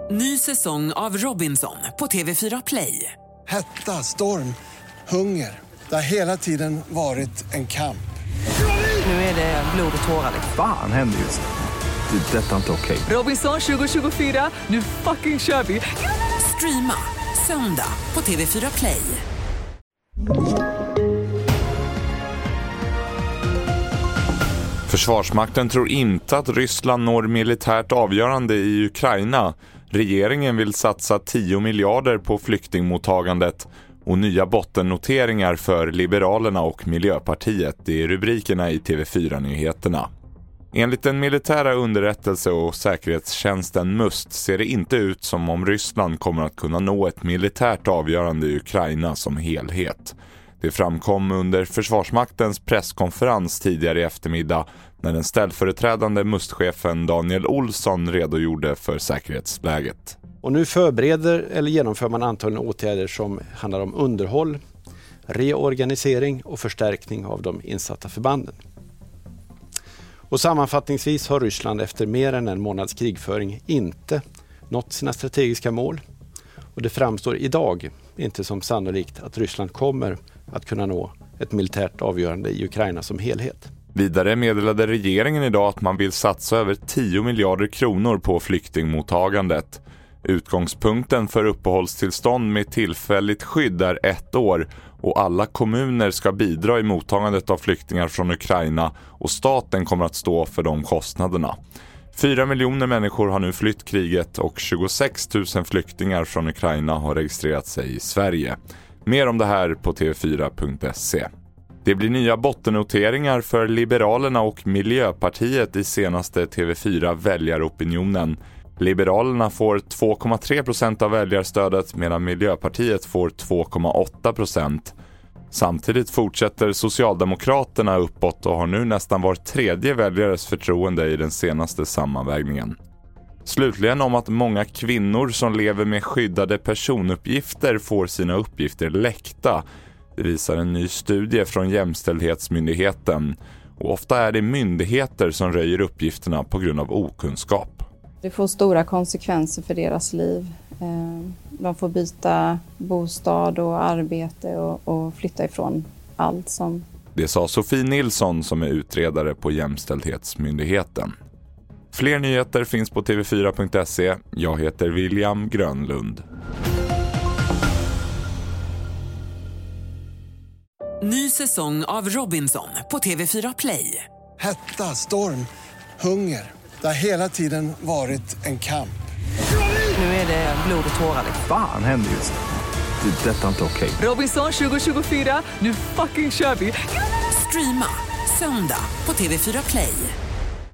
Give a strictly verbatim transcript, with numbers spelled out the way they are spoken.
Ny säsong av Robinson på T V fyra Play. Hetta, storm, hunger. Det har hela tiden varit en kamp. Nu är det blod och tårar. Fan händer just det. Det är detta inte okej. Robinson tjugo tjugofyra, nu fucking kör vi. Streama söndag på T V fyra Play. Försvarsmakten tror inte att Ryssland når militärt avgörande i Ukraina. Regeringen vill satsa tio miljarder på flyktingmottagandet och nya bottennoteringar för Liberalerna och Miljöpartiet. Det är rubrikerna i T V fyra-nyheterna. Enligt den militära underrättelse- och säkerhetstjänsten Must ser det inte ut som om Ryssland kommer att kunna nå ett militärt avgörande i Ukraina som helhet. Det framkom under Försvarsmaktens presskonferens tidigare i eftermiddag när den ställföreträdande Mustchefen Daniel Olsson redogjorde för säkerhetsläget. Och nu förbereder eller genomför man antagligen åtgärder som handlar om underhåll, reorganisering och förstärkning av de insatta förbanden. Och sammanfattningsvis har Ryssland efter mer än en månads krigföring inte nått sina strategiska mål. Och det framstår idag inte som sannolikt att Ryssland kommer att kunna nå ett militärt avgörande i Ukraina som helhet. Vidare meddelade regeringen idag att man vill satsa över tio miljarder kronor på flyktingmottagandet. Utgångspunkten för uppehållstillstånd med tillfälligt skydd är ett år och alla kommuner ska bidra i mottagandet av flyktingar från Ukraina och staten kommer att stå för de kostnaderna. Fyra miljoner människor har nu flytt kriget och tjugosex tusen flyktingar från Ukraina har registrerat sig i Sverige. Mer om det här på T V fyra punkt se. Det blir nya bottennoteringar för Liberalerna och Miljöpartiet i senaste T V fyra väljaropinionen. Liberalerna får två komma tre procent av väljarstödet medan Miljöpartiet får två komma åtta procent. Samtidigt fortsätter Socialdemokraterna uppåt och har nu nästan var tredje väljares förtroende i den senaste sammanvägningen. Slutligen om att många kvinnor som lever med skyddade personuppgifter får sina uppgifter läckta. Det visar en ny studie från Jämställdhetsmyndigheten. Och ofta är det myndigheter som röjer uppgifterna på grund av okunskap. Det får stora konsekvenser för deras liv. De får byta bostad och arbete och, och flytta ifrån allt som... Det sa Sofie Nilsson som är utredare på Jämställdhetsmyndigheten. Fler nyheter finns på T V fyra punkt se. Jag heter William Grönlund. Ny säsong av Robinson på T V fyra Play. Hetta, storm, hunger. Det har hela tiden varit en kamp. Nu är det blod och tårar. Fan händer just det. Det är detta inte okej. Robinson tjugo tjugofyra, nu fucking kör vi. Streama söndag på T V fyra Play.